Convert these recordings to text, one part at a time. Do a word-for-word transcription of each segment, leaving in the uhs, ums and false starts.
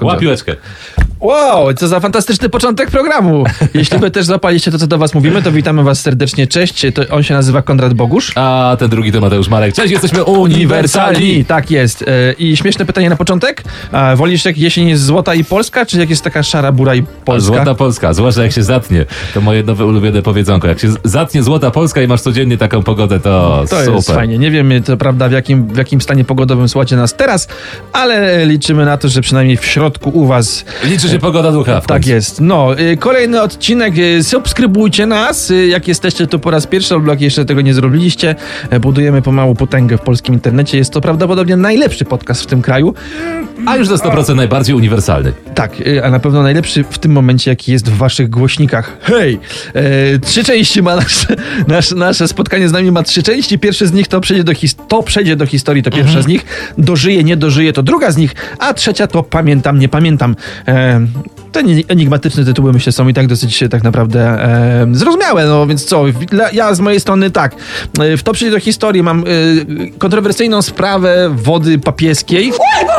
Łap piłeczkę. Wow, co za fantastyczny początek programu. Jeśli wy też zapaliście to, co do was mówimy, to witamy was serdecznie. Cześć, to on się nazywa Konrad Bogusz. A ten drugi to Mateusz Marek. Cześć, jesteśmy uniwersalni. Tak jest. I śmieszne pytanie na początek. Wolisz, jak jesień jest złota i polska, czy jak jest taka szara, bura i polska? Złota Polska, zwłaszcza jak się zatnie. To moje nowe ulubione powiedzonko. Jak się zatnie złota Polska i masz codziennie taką pogodę, to, to super. jest fajnie. Nie wiemy, to prawda, w jakim, w jakim stanie pogodowym słuchacie nas teraz, ale liczymy na to, że przynajmniej w środku u was... Liczy się pogoda ducha. Tak jest. No, kolejny odcinek. Subskrybujcie nas, jak jesteście tu po raz pierwszy, albo jak jeszcze tego nie zrobiliście. Budujemy pomału potęgę w polskim internecie. Jest to prawdopodobnie najlepszy podcast w tym kraju. A już za sto procent najbardziej uniwersalny. Tak, a na pewno najlepszy w tym momencie, jaki jest w waszych głośnikach. Hej! E, trzy części ma nasze, nasze, nasze spotkanie z nami ma trzy części. Pierwsze z nich to przejdzie do, his- to przejdzie do historii, to pierwsza mhm. z nich. Dożyje, nie dożyje, to druga z nich. A trzecia to pamiętam, nie pamiętam. E, te enigmatyczne tytuły, myślę, są i tak dosyć tak naprawdę e, zrozumiałe. No więc co, ja z mojej strony tak. E, w to przejdzie do historii mam e, kontrowersyjną sprawę wody papieskiej.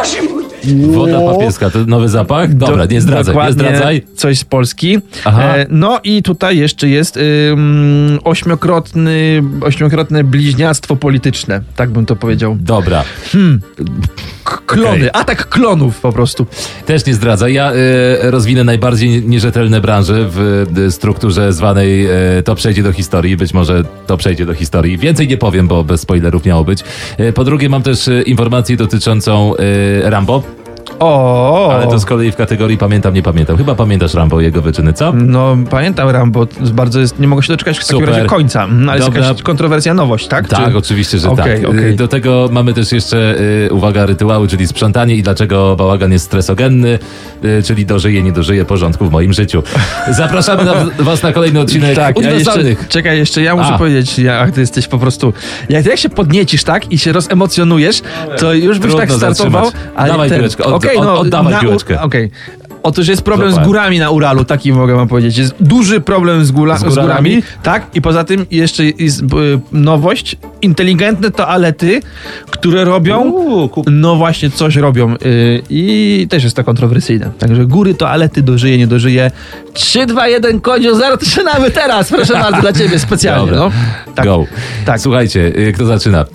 Woda papieska, to nowy zapach? Dobra, nie zdradzaj, nie zdradzaj. Coś z Polski. E, no i tutaj jeszcze jest ym, ośmiokrotny, ośmiokrotne bliźniactwo polityczne. Tak bym to powiedział. Dobra. Hmm. K- klony, okay. Atak klonów po prostu. Też nie zdradzaj. Ja y, rozwinę najbardziej nierzetelne branże w y, strukturze zwanej y, to przejdzie do historii. Być może to przejdzie do historii. Więcej nie powiem, bo bez spoilerów miało być. Y, po drugie mam też y, informację dotyczącą y, Rambo. O, ale to z kolei w kategorii pamiętam, nie pamiętam. Chyba pamiętasz Rambo i jego wyczyny, co? No, pamiętam Rambo. Bardzo jest, nie mogę się doczekać w takim razie końca. Ale jest jakaś kontrowersja, nowość, tak? Tak, Czy... oczywiście, że okay, tak. Okay. Do tego mamy też jeszcze, y, uwaga, rytuały, czyli sprzątanie i dlaczego bałagan jest stresogenny, y, czyli dożyje, nie dożyje porządku w moim życiu. Zapraszamy na, was na kolejny odcinek tak, uniwersalnych. Ja jeszcze, czekaj, jeszcze ja muszę A. powiedzieć, jak ty jesteś po prostu, jak ty jak się podniecisz, tak? I się rozemocjonujesz, to już byś tak startował. Ale Dawaj ten... piłeczkę, od, okay, no, od, oddawaj na, piłeczkę. Okej. Okay. Otóż jest problem Zobacz. z górami na Uralu, taki mogę wam powiedzieć. Jest duży problem z, góra, z, górami? z górami, tak? I poza tym jeszcze jest y, nowość, inteligentne toalety, które robią, Uuu, no właśnie coś robią. Y, I też jest to kontrowersyjne. Także góry, toalety, dożyje, nie dożyje. trzy, dwa, jeden, Kodzio, zaczynamy teraz. Proszę bardzo, dla ciebie specjalnie. No. Tak. Go. Tak. Słuchajcie, y, kto zaczyna?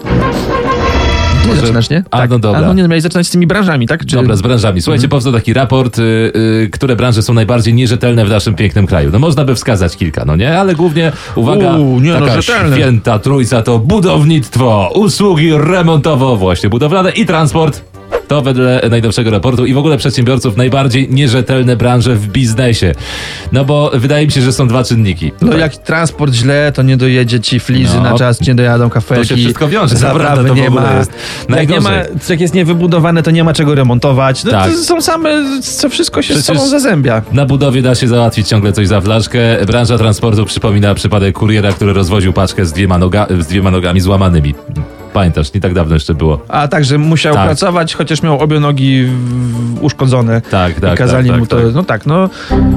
Ty zaczynasz, nie? A, tak. no dobra. A no nie, miałeś zaczynać z tymi branżami, tak? Czy... Dobra, z branżami. Słuchajcie, mhm. powstał taki raport, y, y, które branże są najbardziej nierzetelne w naszym pięknym kraju. No można by wskazać kilka, no nie? Ale głównie, uwaga, U, nie, taka no, święta trójca to budownictwo, usługi remontowo, właśnie budowlane i transport. To wedle najnowszego raportu i w ogóle przedsiębiorców najbardziej nierzetelne branże w biznesie. No bo wydaje mi się, że są dwa czynniki. No tak. Jak transport źle, to nie dojedzie ci flizy no, na czas, nie dojadą kafelki. To się wszystko wiąże. Zaprawy nie ma. Jest jak, nie ma. Jak jest niewybudowane, to nie ma czego remontować. No tak. To są same, co wszystko się Przecież z sobą zazębia. Na budowie da się załatwić ciągle coś za flaszkę. Branża transportu przypomina przypadek kuriera, który rozwoził paczkę z dwiema, noga, z dwiema nogami złamanymi. Pamiętasz, nie tak dawno jeszcze było. A tak, że musiał tak. pracować, chociaż miał obie nogi uszkodzone. Tak, tak. I kazali tak, mu to. Tak. No tak, no.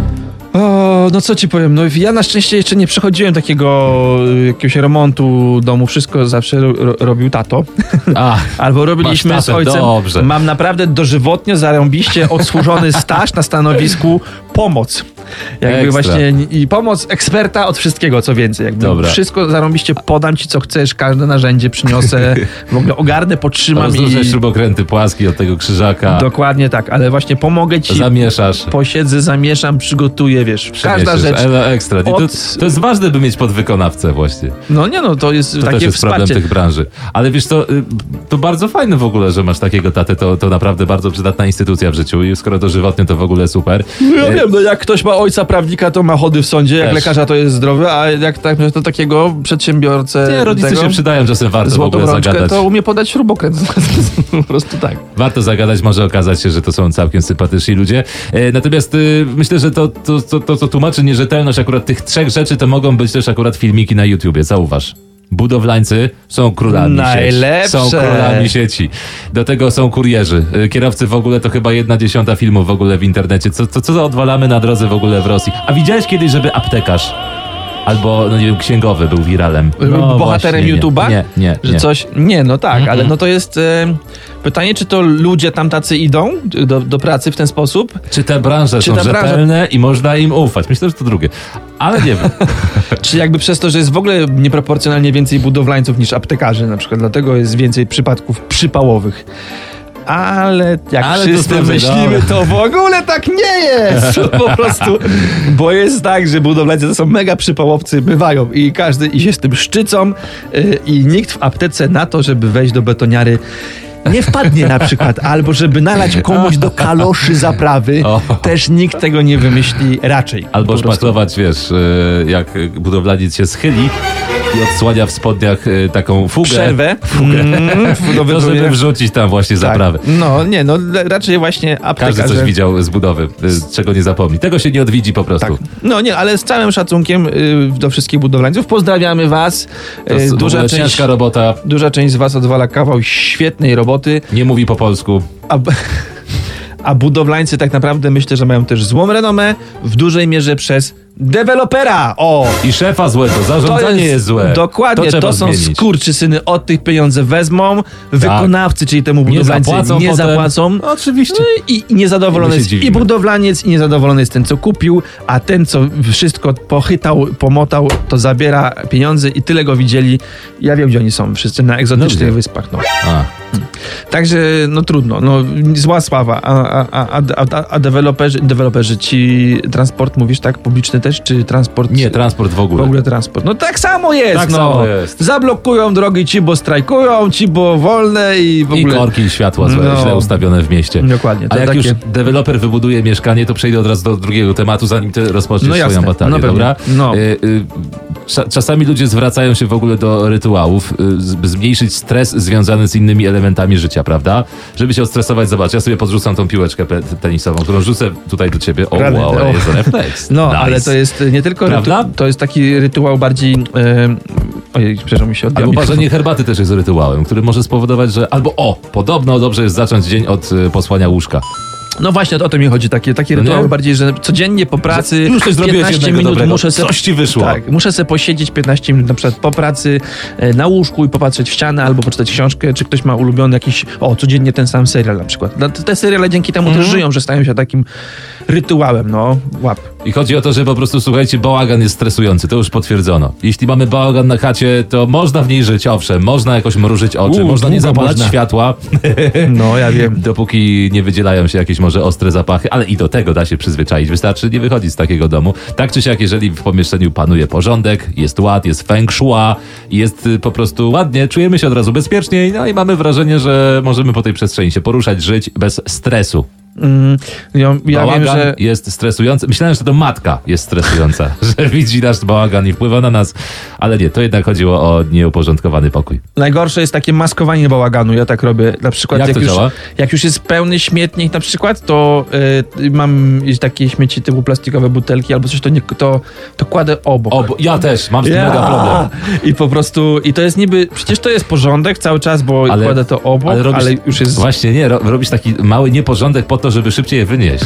O, no co ci powiem, no ja na szczęście jeszcze nie przechodziłem takiego jakiegoś remontu domu, wszystko zawsze ro, robił tato. A, albo robiliśmy z ojcem. Dobrze. Mam naprawdę dożywotnio zarąbiście odsłużony staż na stanowisku pomoc. Jakby Ekstra. właśnie i pomoc eksperta od wszystkiego, co więcej. Jakby Dobra. wszystko zarąbiście podam ci, co chcesz, każde narzędzie przyniosę, w ogóle ogarnę, potrzymam Rozduże i... śrubokręty płaski od tego krzyżaka. Dokładnie tak, ale właśnie pomogę ci. Zamieszasz. Posiedzę, zamieszam, przygotuję, wiesz, każda rzecz. Elo ekstra. Od... To, to jest ważne, by mieć podwykonawcę właśnie. No nie no, to jest to takie też jest wsparcie. problem tych branży. Ale wiesz, to, to bardzo fajne w ogóle, że masz takiego tatę, to, to naprawdę bardzo przydatna instytucja w życiu i skoro dożywotnie, to w ogóle super. No ja e... wiem, no jak ktoś ma ojca prawnika, to ma chody w sądzie, jak też. lekarza to jest zdrowy, a jak tak, to takiego przedsiębiorcę... Nie, rodzice tego, się przydają, czasem warto w ogóle rączkę, zagadać. To umie podać śrubokręt. Po prostu tak. Warto zagadać, może okazać się, że to są całkiem sympatyczni ludzie. E, natomiast e, myślę, że to, to, to, to, to tłumaczy nierzetelność akurat tych trzech rzeczy, to mogą być też akurat filmiki na YouTubie, zauważ. Budowlańcy są królami Najlepsze. sieci. Są królami sieci. Do tego są kurierzy. Kierowcy w ogóle to chyba jedna dziesiąta filmów w ogóle w internecie. Co, co, co odwalamy na drodze w ogóle w Rosji? A widziałeś kiedyś, żeby aptekarz Albo, no nie wiem, księgowy był wiralem. No, bohaterem właśnie, YouTube'a? Nie, nie, Że nie. coś... Nie, no tak, Mm-mm. ale no to jest... E, pytanie, czy to ludzie tam tacy idą do, do pracy w ten sposób? Czy te branże Czy są ta branża- rzetelne i można im ufać? Myślę, że to drugie. Ale nie wiem. Czy jakby przez to, że jest w ogóle nieproporcjonalnie więcej budowlańców niż aptekarzy na przykład, dlatego jest więcej przypadków przypałowych. Ale jak Ale to wszyscy sprawdzę, myślimy, dobra. to w ogóle tak nie jest. Po prostu, bo jest tak, że budowlańcy to są mega przypałowcy, bywają i każdy i się z tym szczycą yy, i nikt w aptece na to, żeby wejść do betoniary nie wpadnie na przykład, albo żeby nalać komuś do kaloszy zaprawy, O. też nikt tego nie wymyśli raczej. Albo Po prostu. szpachlować, wiesz, y, jak budowlaniec się schyli i odsłania w spodniach y, taką fugę. Przerwę. Mm, To, żeby wrzucić tam właśnie zaprawę. Tak. No nie, no raczej właśnie aptekarze. Każdy coś widział z budowy, y, czego nie zapomni. Tego się nie odwiedzi po prostu. Tak. No nie, ale z całym szacunkiem y, do wszystkich budowlańców. Pozdrawiamy was. To jest Y, w duża, ogóle część, ciężka robota. duża część z was odwala kawał świetnej roboty. Nie mówi po polsku. A, a budowlańcy tak naprawdę myślę, że mają też złą renomę w dużej mierze przez dewelopera. O! I szefa złego, zarządzanie jest, jest złe. Dokładnie, to, to, trzeba są zmienić. skurczysyny, od tych pieniądze wezmą, wykonawcy, czyli temu Nie budowlańcy zapłacą nie potem. zapłacą. No, oczywiście. No i, i niezadowolony I my się jest i dziwimy. budowlaniec, i niezadowolony jest ten, co kupił, a ten, co wszystko pochytał, pomotał, to zabiera pieniądze i tyle go widzieli. Ja wiem, gdzie oni są, wszyscy na egzotycznych No gdzie? wyspach. No. A. Także, no trudno, no zła sława. A, a, a, a, a deweloperzy, deweloperzy, ci transport mówisz, tak? Publiczny też, czy transport? Nie, transport w ogóle. W ogóle transport. No tak samo jest, Tak no. samo jest. Zablokują drogi ci, bo strajkują, ci, bo wolne i w I ogóle... korki i światła złe, No. źle ustawione w mieście. Dokładnie. A to jak takie... już deweloper wybuduje mieszkanie, to przejdę od razu do drugiego tematu, zanim ty rozpoczniesz No jasne, swoją batalię, no pewnie. dobra? No. Y, y, cza- czasami ludzie zwracają się w ogóle do rytuałów, y, z- by zmniejszyć stres związany z innymi elementami życia, prawda? Żeby się odstresować, zobacz, ja sobie podrzucam tą piłeczkę pe- tenisową, którą rzucę tutaj do ciebie. O, Rany, wow, o. jest refleks. No, Nice. ale to jest nie tylko Prawda? rytuał, to jest taki rytuał bardziej... E... Ojej, przepraszam, mi się odbiło. Albo parzenie herbaty też jest rytuałem, który może spowodować, że albo o, podobno dobrze jest zacząć dzień od y, posłania łóżka. No właśnie, to o to mi chodzi. Takie, takie No nie? rytuały bardziej, że codziennie po pracy Już coś zrobiłeś piętnaście jednego minut dobrego. muszę se, Coś ci wyszło. Tak, muszę sobie posiedzieć piętnaście minut na przykład po pracy e, na łóżku i popatrzeć w ścianę albo poczytać książkę, czy ktoś ma ulubiony jakiś, o, codziennie ten sam serial na przykład. No, Te seriale dzięki temu Mhm. też żyją, że stają się takim rytuałem, no, łap. I chodzi o to, że po prostu, słuchajcie, bałagan jest stresujący, to już potwierdzono. Jeśli mamy bałagan na chacie, to można w niej żyć, owszem, można jakoś mrużyć oczy, U, można nie długo zapalać można. światła, No, ja wiem. dopóki nie wydzielają się jakieś może ostre zapachy, ale i do tego da się przyzwyczaić. Wystarczy nie wychodzić z takiego domu. Tak czy siak, jeżeli w pomieszczeniu panuje porządek, jest ład, jest feng shui, jest y, po prostu ładnie, czujemy się od razu bezpieczniej, no i mamy wrażenie, że możemy po tej przestrzeni się poruszać, żyć bez stresu. Mm, ja ja Bałagan wiem, że... jest stresujący. Myślałem, że to matka jest stresująca, że widzi nasz bałagan i wpływa na nas, ale nie, to jednak chodziło o nieuporządkowany pokój. Najgorsze jest takie maskowanie bałaganu. Ja tak robię. Na przykład Jak jak, to już, działa? jak już jest pełny śmietnik na przykład, to y, mam takie śmieci typu plastikowe butelki albo coś, to, nie, to, to kładę obok. O, bo ja też, mam z tym Ja! mega problem. I po prostu, i to jest niby, przecież to jest porządek cały czas, bo Ale- kładę to obok, ale, robisz, już jest... Właśnie nie, ro, robisz taki mały nieporządek po to, żeby szybciej je wynieść.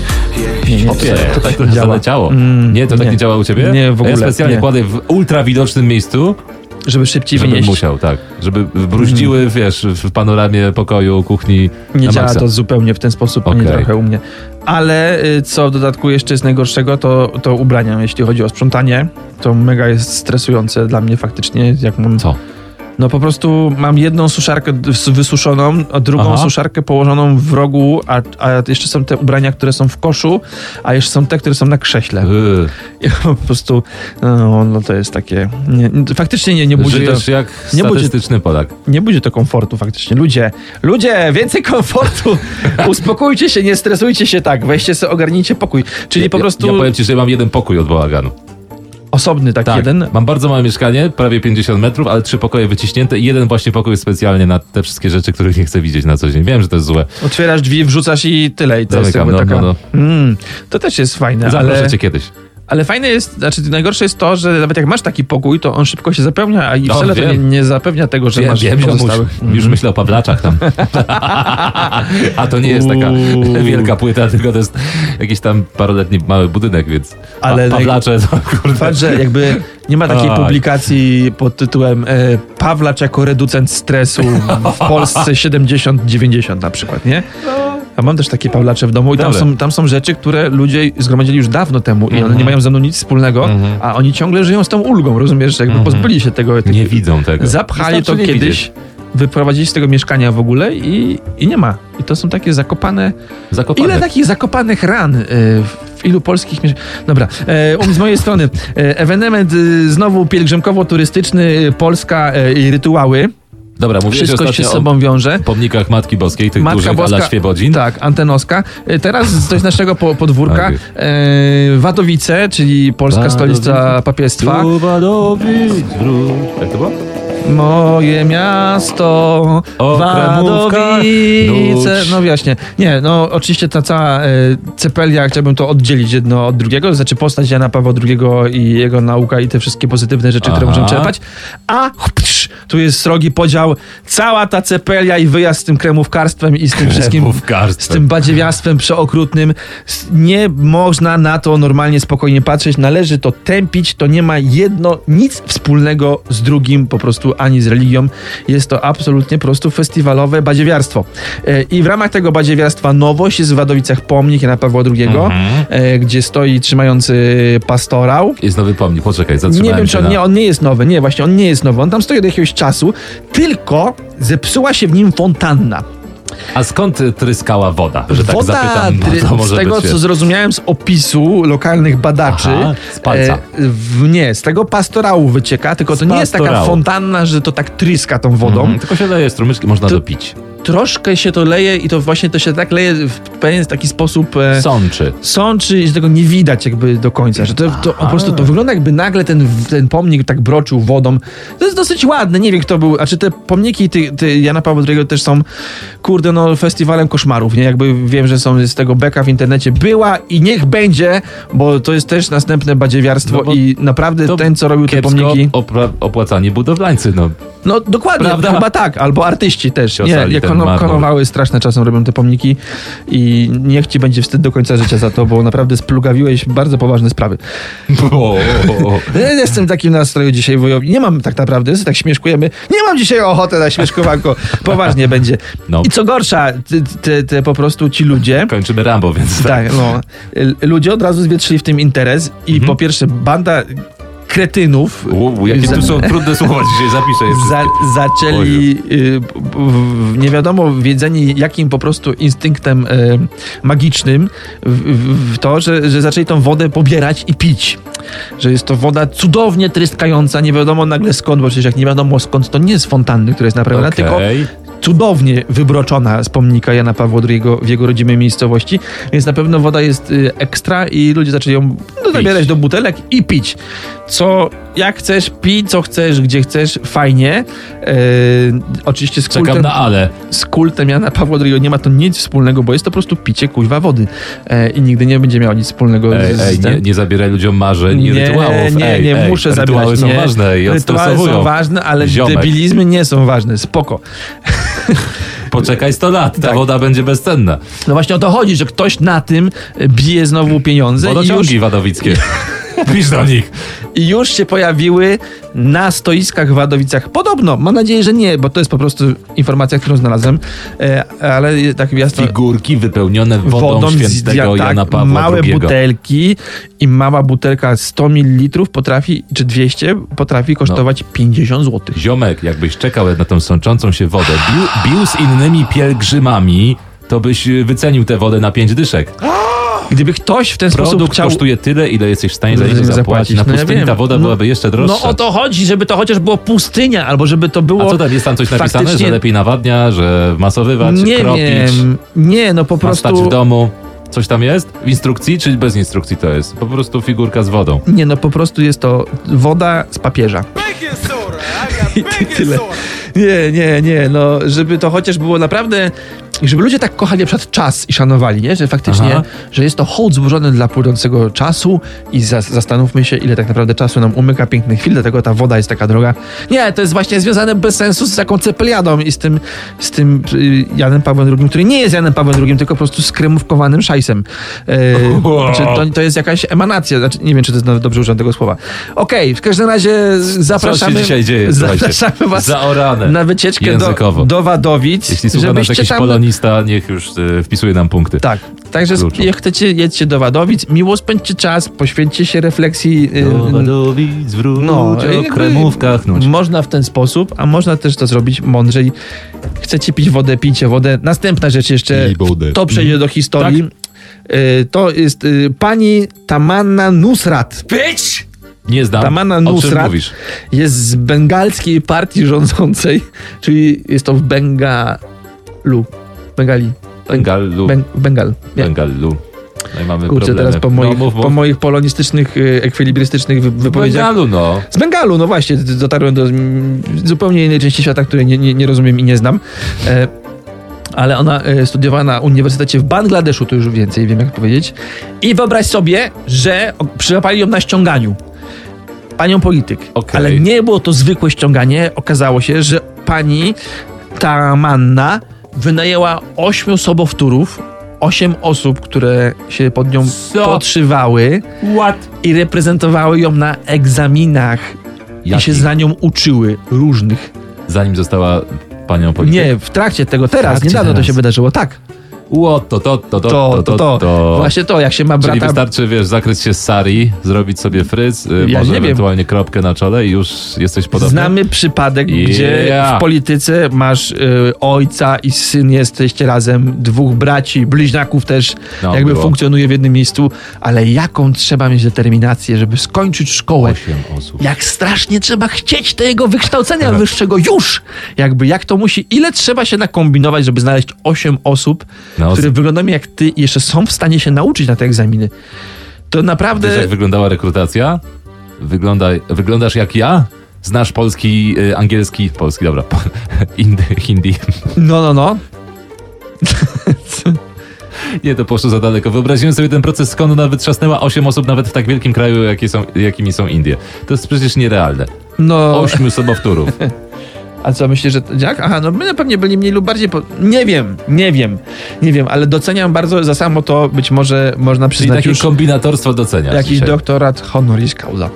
Nie, nie, Opie, to, to tak trochę działa. zaleciało. Mm, nie, to tak nie. nie działa u ciebie? Nie, w A ja ogóle, specjalnie nie. kładę w ultra widocznym miejscu, Żeby szybciej żebym wynieść. musiał, tak. Żeby bruździły, wiesz, w panoramie pokoju, kuchni. Nie na działa maksa. to zupełnie w ten sposób, ani Okej. trochę u mnie. Ale y, co w dodatku jeszcze jest najgorszego, to, to ubrania. Jeśli chodzi o sprzątanie, to mega jest stresujące dla mnie faktycznie, jak mam... Co? No po prostu mam jedną suszarkę d- wysuszoną, a drugą Aha. suszarkę położoną w rogu, a, a jeszcze są te ubrania, które są w koszu, a jeszcze są te, które są na krześle. Yy. I po prostu, no, no to jest takie... Nie, faktycznie nie, nie budzi to... Żyjesz jak nie budzi- statystyczny Polak. Nie budzi to komfortu faktycznie. Ludzie, ludzie, więcej komfortu. Uspokójcie się, nie stresujcie się tak. Weźcie sobie, ogarnijcie pokój. Czyli po Ja- prostu Ja powiem ci, że mam jeden pokój od bałaganu. osobny taki Tak, jeden. mam bardzo małe mieszkanie, prawie pięćdziesiąt metrów, ale trzy pokoje wyciśnięte i jeden właśnie pokój specjalnie na te wszystkie rzeczy, których nie chcę widzieć na co dzień. Wiem, że to jest złe. Otwierasz drzwi, wrzucasz i tyle. I to jest Zamykam, jakby no, taka... no, Mm, to też jest fajne, Zaproszę ale... cię kiedyś. Ale fajne jest, znaczy najgorsze jest to, że nawet jak masz taki pokój, to on szybko się zapełnia, a i No, wcale to nie, wiem. nie zapewnia tego, że Wiem, masz wiem, pozostałych. ziomuś. Już myślę o Pawlaczach tam. A to nie jest taka Uuu. wielka płyta, tylko to jest jakiś tam paroletni mały budynek, więc Ale pa- Pawlacze to kurde. Fakt, że jakby nie ma takiej Oj. publikacji pod tytułem e, Pawlacz jako reducent stresu w Polsce siedemdziesiąt dziewięćdziesiąt na przykład, nie? A mam też takie Pawlacze w domu i tam Dobre. są, tam są rzeczy, które ludzie zgromadzili już dawno temu i one nie mają ze mną nic wspólnego, a oni ciągle żyją z tą ulgą, rozumiesz? Jakby pozbyli się tego. tych- Nie widzą tego. Zapchali to Wystarczy nie kiedyś, widzieć. wyprowadzili z tego mieszkania w ogóle i, i nie ma. I to są takie zakopane... Zakopane. Ile takich zakopanych ran y, w ilu polskich mieszkaniach? Dobra, e, um, z mojej strony e, ewenement y, znowu pielgrzymkowo-turystyczny, y, Polska y, i rytuały. Dobra, mówiłeś Wszystko się ostatnio z sobą wiąże. o pomnikach Matki Boskiej, tych Matka dużych Boska, ala Świebodzin. tak, Antenowska. Y, Teraz coś z naszego po, podwórka. Tak. E, Wadowice, czyli polska Wadowice. stolica papiestwa. Tu Wadowic wróć. Jak to było? Moje miasto, O, Wadowice. Nuć. No właśnie. Nie, no oczywiście ta cała e, cepelia, chciałbym to oddzielić jedno od drugiego, to znaczy postać Jana Pawła drugiego i jego nauka i te wszystkie pozytywne rzeczy, które Aha. możemy czerpać. A psz, tu jest srogi podział, cała ta cepelia i wyjazd z tym kremówkarstwem i z tym wszystkim, Kremówkarstwem. z tym badziewiastwem przeokrutnym. S- Nie można na to normalnie, spokojnie patrzeć. Należy to tępić. To nie ma jedno, nic wspólnego z drugim, po prostu ani z religią. Jest to absolutnie po prostu festiwalowe badziewiarstwo. E, I w ramach tego badziewiarstwa nowość jest w Wadowicach pomnik Jana Pawła drugiego, Mhm. e, gdzie stoi trzymający pastorał. Jest nowy pomnik, poczekaj, Nie zatrzymałem wiem, się czy on na... nie, on nie jest nowy. Nie, właśnie on nie jest nowy. On tam stoi od jakiegoś czasu, tylko zepsuła się w nim fontanna. A skąd y, tryskała woda? Że tak Woda, zapytam, no, try- to może z tego, być, co wiesz. zrozumiałem z opisu lokalnych badaczy, Aha, z palca. e, w, nie, z tego pastorału wycieka, tylko Z to nie jest taka pastorału. fontanna, że to tak tryska tą wodą. Mhm, tylko się leje strumyczki, można To- dopić. Troszkę się to leje i to właśnie to się tak leje w pewien taki sposób e, Sączy. sączy i że tego nie widać jakby do końca, że to, to po prostu to wygląda jakby nagle ten, ten pomnik tak broczył wodą. To jest dosyć ładne, nie wiem kto był, a czy te pomniki ty, ty Jana Pawła drugiego też są, kurde no, festiwalem koszmarów, nie? Jakby wiem, że są z tego beka w internecie, była i niech będzie, bo to jest też następne badziewiarstwo No bo i naprawdę to ten, co robił te Kiepsko pomniki, opra- opłacani budowlańcy, no. no dokładnie, Prawda? chyba tak, albo artyści też, nie, Ciosali jak ten kono, marmur. konowały straszne czasem robią te pomniki i niech ci będzie wstyd do końca życia za to, bo naprawdę splugawiłeś bardzo poważne sprawy. O, o, o. Ja jestem w takim nastroju dzisiaj wojowni. Nie mam tak naprawdę, tak śmieszkujemy. Nie mam dzisiaj ochoty na śmieszkowanko. Poważnie będzie. No. I co gorsza, te, te, te po prostu ci ludzie... Kończymy Rambo, więc tak. Tak, no. L- Ludzie od razu zwietrzyli w tym interes i po pierwsze banda kretynów U, jakie tu są trudne słowa dzisiaj, zapiszę je za, wszystkie. zaczęli y, w- w- nie wiadomo wiedzeni jakim po prostu instynktem y, magicznym w, w, w to, że, że zaczęli tą wodę pobierać i pić. Że jest to woda cudownie tryskająca, nie wiadomo nagle skąd, bo przecież jak nie wiadomo skąd, to nie z fontanny, która jest naprawiona, tylko Okej. cudownie wybroczona z pomnika Jana Pawła drugiego w jego rodzimej miejscowości, więc na pewno woda jest y, ekstra i ludzie zaczęli ją no, zabierać do butelek i pić. Co, jak chcesz, pij, co chcesz, gdzie chcesz, fajnie. E, oczywiście z Czekam kultem, na ale. z kultem Jana Pawła drugiego nie ma to nic wspólnego, bo jest to po prostu picie kuźwa wody. E, I nigdy nie będzie miało nic wspólnego Ej, z, ej, z nie, nie zabieraj ludziom marzeń i nie, rytuałów. nie, ej, nie ej, muszę rytuały zabierać. są nie. ważne i Rytuały odstresowują. są ważne, ale Ziomek. debilizmy nie są ważne. Spoko. Poczekaj sto lat, ta Tak. woda będzie bezcenna. No właśnie o to chodzi, że ktoś na tym bije znowu pieniądze i już, Wodociągi wadowickie. Pisz do nich. i już się pojawiły na stoiskach w Wadowicach. Podobno, mam nadzieję, że nie, bo to jest po prostu informacja, którą znalazłem, e, ale tak jasno... Figurki wypełnione wodą, Wodą z świętego dia- Jana tak, Pawła małe drugiego. butelki i mała butelka sto mililitrów potrafi, czy dwieście, potrafi kosztować pięćdziesiąt złotych. Ziomek, jakbyś czekał na tą sączącą się wodę, bił, bił z innymi pielgrzymami, to byś y, wycenił tę wodę na pięć dyszek. Gdyby ktoś w ten sposób Produkt chciał... kosztuje tyle, ile jesteś w stanie za Żeby niego zapłacić. zapłacić. Na No ja pustyni wiem. ta woda No- byłaby jeszcze droższa. No o to chodzi, żeby to chociaż było pustynia, albo żeby to było... A co tam, jest tam coś napisane, faktycznie- że lepiej nawadnia, że masowywać, Nie kropić, wiem. Nie, no po ma stać prostu... w domu? Coś tam jest? W instrukcji, czy bez instrukcji to jest? Po prostu figurka z wodą. Nie, no po prostu jest to woda z papieża. Baking soda. I got I baking tyle. soda. Nie, nie, nie, no żeby to chociaż było naprawdę I żeby ludzie tak kochali na przykład czas i szanowali, nie? Że faktycznie, Aha. że jest to hołd złożony dla płynącego czasu i za, zastanówmy się, ile tak naprawdę czasu nam umyka pięknych chwil, dlatego ta woda jest taka droga. Nie, to jest właśnie związane bez sensu z taką cepeliadą i z tym, z tym y, Janem Pawłem drugim, który nie jest Janem Pawłem drugim, tylko po prostu skremówkowanym szajsem. Y, Wow. Znaczy, to, to jest jakaś emanacja, znaczy, nie wiem, czy to jest nawet dobrze użyłem tego słowa. Okej, okay, w każdym razie zapraszamy, Co się dzisiaj dzieje? zapraszamy was Zaorane. na wycieczkę Językowo. do, do Wadowic. Jeśli słucha nas jakiś tam... polonista, niech już y, wpisuje nam punkty. Tak, także Kluczą. jak chcecie, jedźcie do Wadowic, miło spędźcie czas, poświęćcie się refleksji. y, Do Wadowic wróć, No, o jakby kremówkach nuć. Można w ten sposób, a można też to zrobić mądrzej. Chcecie pić wodę, pijcie wodę. Następna rzecz jeszcze, Pij wodę. to przejdzie do historii. Y, To jest y, pani Tamanna Nusrat. Bitch! Nie znam. Tamanna O czym Nusrat mówisz? jest z bengalskiej partii rządzącej, czyli jest to w Bengalu. Bengali. Bengalu. Ben, Bengal. Nie. Bengalu. No i mamy Kurczę, problemy. teraz po moich, no, mów, mów. po moich polonistycznych, y, ekwilibrystycznych wy, W wypowiedziach. Bengalu, no. Z Bengalu, no właśnie, dotarłem do mm, zupełnie innej części świata, której nie, nie, nie rozumiem i nie znam. E, ale ona e, studiowała na uniwersytecie w Bangladeszu, to już więcej wiem jak powiedzieć. I wyobraź sobie, że o, przyłapali ją na ściąganiu. Panią polityk. Okej. Ale nie było to zwykłe ściąganie. Okazało się, że pani Tamanna wynajęła ośmiu sobowtórów, osiem osób, które się pod nią Co? podszywały What? i reprezentowały ją na egzaminach i Jakich? się za nią uczyły różnych. Zanim została panią polityk? Nie, w trakcie tego teraz, trakcie niedawno teraz. to się wydarzyło, tak. Ło, to, to, to, to, To, to, to. to. Właśnie to, jak się ma Czyli brata... wystarczy, wiesz, zakryć się z sari, zrobić sobie fryz, y, Ja może nie wiem. ewentualnie kropkę na czole i już jesteś podobny. Znamy przypadek, Yeah. gdzie w polityce masz y, ojca i syn, jesteście razem, dwóch braci, bliźniaków też, No, jakby było. funkcjonuje w jednym miejscu, ale jaką trzeba mieć determinację, żeby skończyć szkołę. Osiem osób. Jak strasznie trzeba chcieć tego wykształcenia wyższego już! Jakby, jak to musi, ile trzeba się nakombinować, żeby znaleźć osiem osób, No, które wyglądają jak ty i jeszcze są w stanie się nauczyć na te egzaminy. To naprawdę... Wiesz, jak wyglądała rekrutacja? Wygląda, wyglądasz jak ja? Znasz polski, y, angielski, polski, dobra, indy, hindi. No, no, no. Nie, to poszło za daleko. Wyobraziłem sobie ten proces, skąd ona wytrzasnęła osiem osób nawet w tak wielkim kraju, jakie są, jakimi są Indie. To jest przecież nierealne. No, Ośmiu sobowtórów. a co myślisz, że... Jak? Aha, no my pewnie byli mniej lub bardziej... Po... Nie wiem, nie wiem, nie wiem, ale doceniam bardzo za samo to, być może można Czyli przyznać takie już kombinatorstwo doceniasz jakiś dzisiaj. doktorat honoris causa.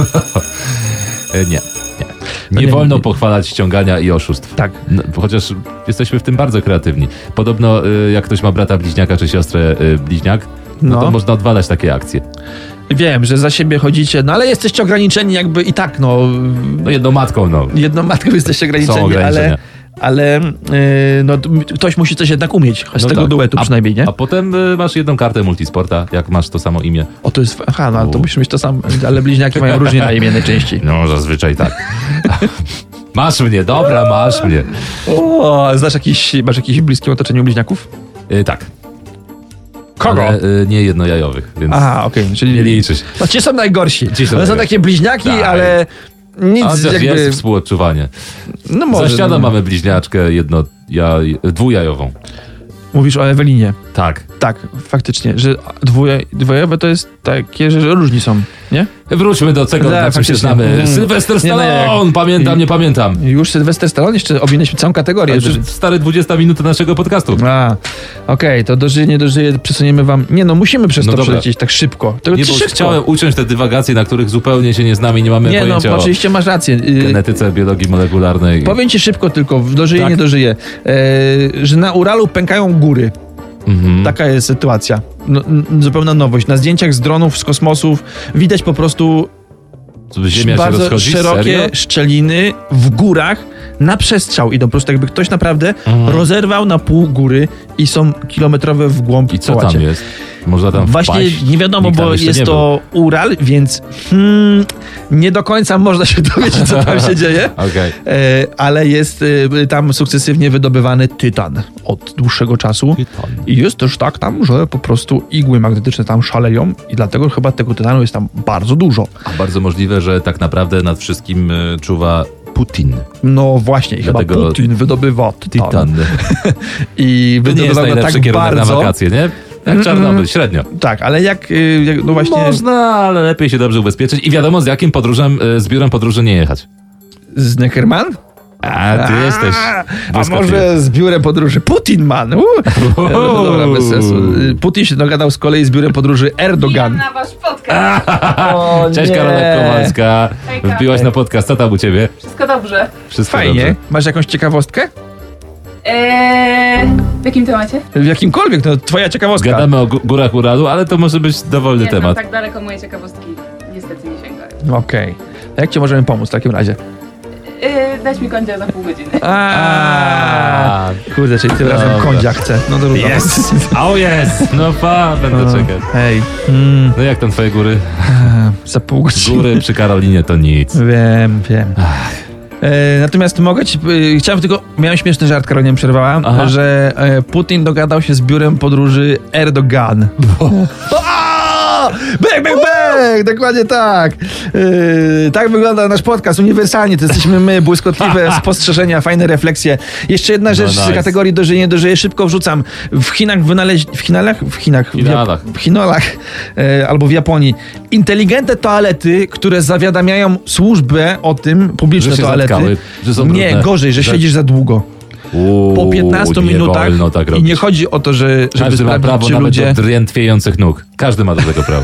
E, Nie, nie. No Nie nie, wolno nie. pochwalać ściągania i oszustw. Tak. No, chociaż jesteśmy w tym bardzo kreatywni. Podobno y, jak ktoś ma brata bliźniaka czy siostrę y, bliźniak, no, No. to można odwalać takie akcje. Wiem, że za siebie chodzicie, no ale jesteście ograniczeni jakby i tak, no... No jedną matką, no. Jedną matką jesteście Są ograniczeni, ograniczenia. ale... Ale yy, no, t- ktoś musi coś jednak umieć, choć z No tego tak. duetu a, przynajmniej, nie? A potem y, masz jedną kartę multisporta, jak masz to samo imię. O, to jest... Aha, no ale to U. musisz mieć to samo, ale bliźniaki mają różnie na imię najczęściej. No, zazwyczaj tak. Masz mnie, dobra, masz mnie. O, znasz jakiś, masz jakiś bliskim otoczeniu bliźniaków? Y, tak. Kogo? Ale y, nie jednojajowych, więc Aha, okej, czyli... nie liczy się. No ci są najgorsi. Ci są One są najgorsi. takie bliźniaki, Tak. ale nic A chociaż jakby... jest współodczuwanie. No Za może... ścianą no. mamy bliźniaczkę jedno, ja, dwujajową. Mówisz o Ewelinie. Tak. Tak, faktycznie, że dwoje, dwojowe to jest takie, że, że różni są, nie? Wróćmy do tego, Tak, na czym się faktycznie. znamy. Mm. Sylwester Nie, no Stallone, jak- pamiętam, nie pamiętam. Już Sylwester Stallone, jeszcze owinęliśmy całą kategorię. To już stare dwudziesta minuta naszego podcastu. A, okej, to dożyje, nie dożyje, przesuniemy wam... Nie no, musimy przez No to dobra. przelecieć tak szybko. Tego Nie, ty bo szybko. chciałem uciąć te dywagacje, na których zupełnie się nie znamy i nie mamy Nie no, pojęcia o oczywiście masz rację. Y, genetyce, biologii molekularnej. Powiem ci szybko tylko, dożyje, Tak. nie dożyje, e, że na Uralu pękają góry. Mhm. Taka jest sytuacja. No, n- zupełna nowość. Na zdjęciach z dronów, z kosmosów widać po prostu Ziemia się bardzo rozchodzi? szerokie Serio? szczeliny w górach na przestrzał idą. Po prostu jakby ktoś naprawdę Mhm. rozerwał na pół góry i są kilometrowe w głąb I co połacie. tam jest? Można tam Właśnie wpaść? nie wiadomo, Nikt tam bo jeszcze jest nie to Ural, więc hmm, nie do końca można się dowiedzieć, co tam się dzieje. był. Okej. E, ale jest e, tam sukcesywnie wydobywany tytan od dłuższego czasu. Tytan. I jest też tak tam, że po prostu igły magnetyczne tam szaleją i dlatego chyba tego tytanu jest tam bardzo dużo. A bardzo możliwe, że tak naprawdę nad wszystkim y, czuwa Putin. No właśnie, Dlatego chyba Putin wydobywa tytan. Titan. I To nie jest wydobywa go najlepszy tak kierunek bardzo. na wakacje, nie? Jak Czarnobyl, średnio. Tak, ale jak, y, jak no właśnie Można, ale lepiej się dobrze ubezpieczyć i wiadomo z jakim podróżem, y, z biurem podróży nie jechać. z Neckerman? A ty jesteś A błyskotliwy. może z biurem podróży Putin, man. Uh. Uuu. No dobra, bez sensu. Y, Putin się dogadał z kolei z biurem podróży Erdogan. na wasz podcast. O, Cześć nie. Karola Kowalska. Hejka. Wbiłaś na podcast, co tam u ciebie? Wszystko dobrze. Wszystko Fajnie. dobrze. Masz jakąś ciekawostkę? Eee, w jakim temacie? W jakimkolwiek, no twoja ciekawostka. Gadamy o gó- górach Uralu, ale to może być dowolny Nie znam temat. tak daleko moje ciekawostki niestety nie sięgają. Okej. A jak ci możemy pomóc w takim razie? Eee, dać mi końca za pół godziny. A, kurde, czyli tym Dobra. razem kądzia chce. No to trudno. Yes! O jest! No pa, będę O, czekać. Hej. Mm, No jak tam twoje góry? za pół godziny. Góry przy Karolinie to nic. Wiem, wiem. E, natomiast mogę ci... E, chciałem tylko... Miałem śmieszny żart, Karolina mi przerwała, Aha. że e, Putin dogadał się z biurem podróży Erdogan. O! Bang, bang, bang! Dokładnie tak. E, tak wygląda nasz podcast. Uniwersalnie to jesteśmy my, błyskotliwe spostrzeżenia, fajne refleksje. Jeszcze jedna rzecz nice. z kategorii dożyję, nie dożyję. Szybko wrzucam. W Chinach wynaleźć... W Chinach? W Chinach. W, Chinalach. Jap- w Chinolach e, albo w Japonii. Inteligentne toalety, które zawiadamiają służbę o tym, publiczne Że się toalety. zatkały, że są nie, brudne. gorzej, że Że- siedzisz za długo. Uuu, Po piętnastu nie minutach wolno tak i robić. nie chodzi o to, że, żeby Każdy ma sprawdzić, prawo czy nawet ludzie... do drętwiejących nóg. Każdy ma do tego prawo.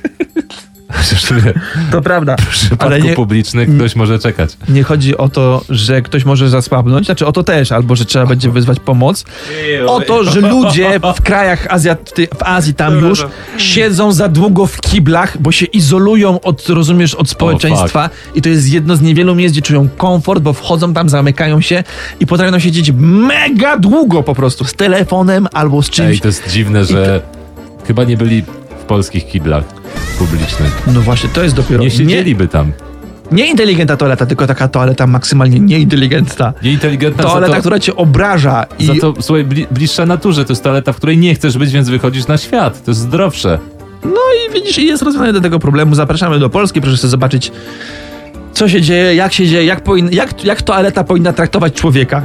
To prawda, W przypadku ale nie, publicznych ktoś może czekać. nie chodzi o to, że ktoś może zasłabnąć, znaczy o to też, albo że trzeba będzie wyzwać pomoc. O to, że ludzie w krajach Azjaty, w Azji tam już siedzą za długo w kiblach, bo się izolują od, rozumiesz, od społeczeństwa i to jest jedno z niewielu miejsc, gdzie czują komfort, bo wchodzą tam, zamykają się i potrafią siedzieć mega długo po prostu z telefonem albo z czymś. Ej, to jest dziwne, że chyba nie byli w polskich kiblach publicznych. No właśnie, to jest dopiero Nie siedzieliby tam. nie inteligentna toaleta, tylko taka toaleta maksymalnie nieinteligentna. Nieinteligentna Toaleta, za to, która cię obraża i za to słuchaj, bli, bliższa naturze. To jest toaleta, w której nie chcesz być, więc wychodzisz na świat. To jest zdrowsze. no i widzisz, i jest rozwiązanie do tego problemu. Zapraszamy do Polski, proszę sobie zobaczyć, co się dzieje, jak się dzieje, jak, powin, jak, jak toaleta powinna traktować człowieka,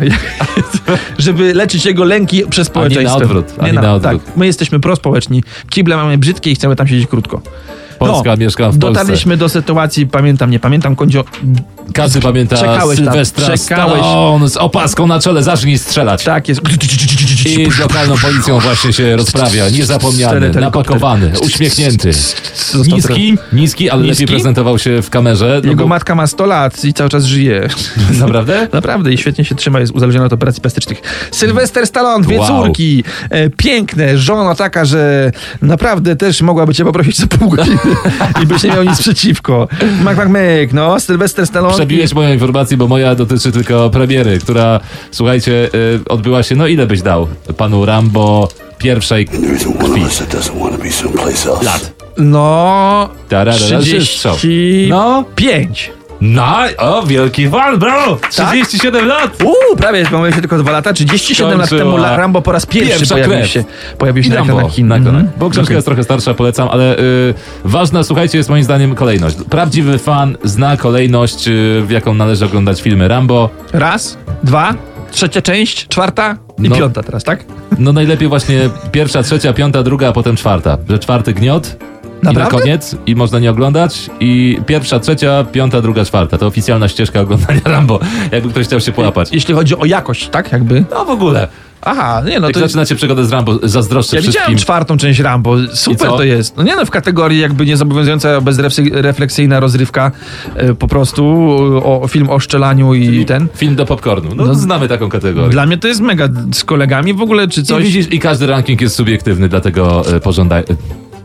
żeby leczyć jego lęki przez społeczeństwo. odwrót, ani na odwrót. Tak, my jesteśmy prospołeczni, kible mamy brzydkie i chcemy tam siedzieć krótko. Polska, mieszkam w Polsce. Dotarliśmy do sytuacji, pamiętam, nie pamiętam, Kondzio, Każdy pamięta Czekałeś tam, Sylwestra czekałeś. Stallone z opaską na czele, zacznij strzelać. tak jest. I z lokalną policją właśnie się rozprawia. Niezapomniany, Cztery napakowany, uśmiechnięty. Niski, niski, ale Niski? lepiej prezentował się w kamerze. No Jego bo, matka ma sto lat i cały czas żyje. naprawdę? Naprawdę i świetnie się trzyma, jest uzależniona od operacji plastycznych. Sylwester Stallone, dwie Wow. córki, e, piękne, żona taka, że naprawdę też mogłaby cię poprosić za pół godziny i byś nie miał nic przeciwko. Mak, mak, myk, no, Sylwester Stallone. Przebiłeś moją informację, bo moja dotyczy tylko premiery, która, słuchajcie, y, odbyła się, no ile byś dał panu Rambo pierwszej There's one of us that doesn't want to be someplace else. lat? No, Tarara, trzydzieści No, pięć. no, o, wielki wal, bro! trzydzieści siedem lat! Uuu, prawie, pomyliłem się tylko dwa lata. trzydzieści siedem lat Skończyła. temu La- Rambo po raz pierwszy Pierwsza pojawił krew. się, pojawił się I na Rambo ekranach Chin. na ekranach. Mhm. Bo książka Okej. jest trochę starsza, polecam, ale y, ważna, słuchajcie, jest moim zdaniem kolejność. Prawdziwy fan zna kolejność, y, w jaką należy oglądać filmy Rambo. Raz, dwa, trzecia część, czwarta i No. piąta teraz, tak? No najlepiej właśnie pierwsza, trzecia, piąta, druga, a potem czwarta. Że czwarty gniot i na Naprawdę? koniec i można nie oglądać i pierwsza, trzecia, piąta, druga, czwarta. To oficjalna ścieżka oglądania Rambo, jakby ktoś chciał się połapać. Jeśli chodzi o jakość, tak? Jakby. No w ogóle. Aha, nie no Jak to... zaczynacie przygodę z Rambo, zazdroszczę Ja wszystkim. widziałem czwartą część Rambo, super I co? to jest. No nie no, w kategorii jakby niezobowiązująca, bezrefleksyjna rozrywka, e, po prostu o, o film o szczelaniu i ten. Film do popcornu. No, No, znamy taką kategorię. Dla mnie to jest mega z kolegami w ogóle, czy I coś. widzisz, i każdy ranking jest subiektywny, dlatego e, pożądaj... e,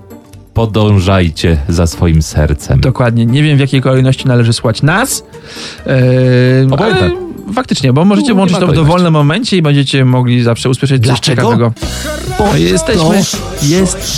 podążajcie za swoim sercem. Dokładnie, nie wiem w jakiej kolejności należy słuchać nas. E, Obojętne. ale faktycznie, bo możecie Tu nie włączyć ma to w kolejności. dowolnym momencie i będziecie mogli zawsze usłyszeć coś Dlaczego? ciekawego. Bo jesteśmy... Jest...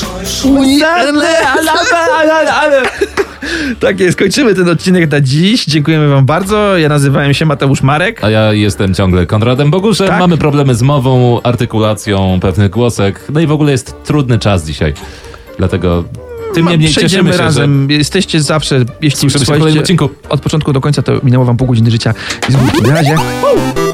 Tak jest, kończymy ten odcinek na dziś. Dziękujemy wam bardzo. Ja nazywałem się Mateusz Marek. A ja jestem ciągle Konradem Boguszem. Tak? Mamy problemy z mową, artykulacją pewnych głosek. No i w ogóle jest trudny czas dzisiaj. Dlatego Tym niemniej cieszymy przejdziemy się, razem. Jesteście zawsze, jeśli Słyszymy się w kolejnym słuchaliście odcinku. od początku do końca, to minęło wam pół godziny życia. I z góry, na razie.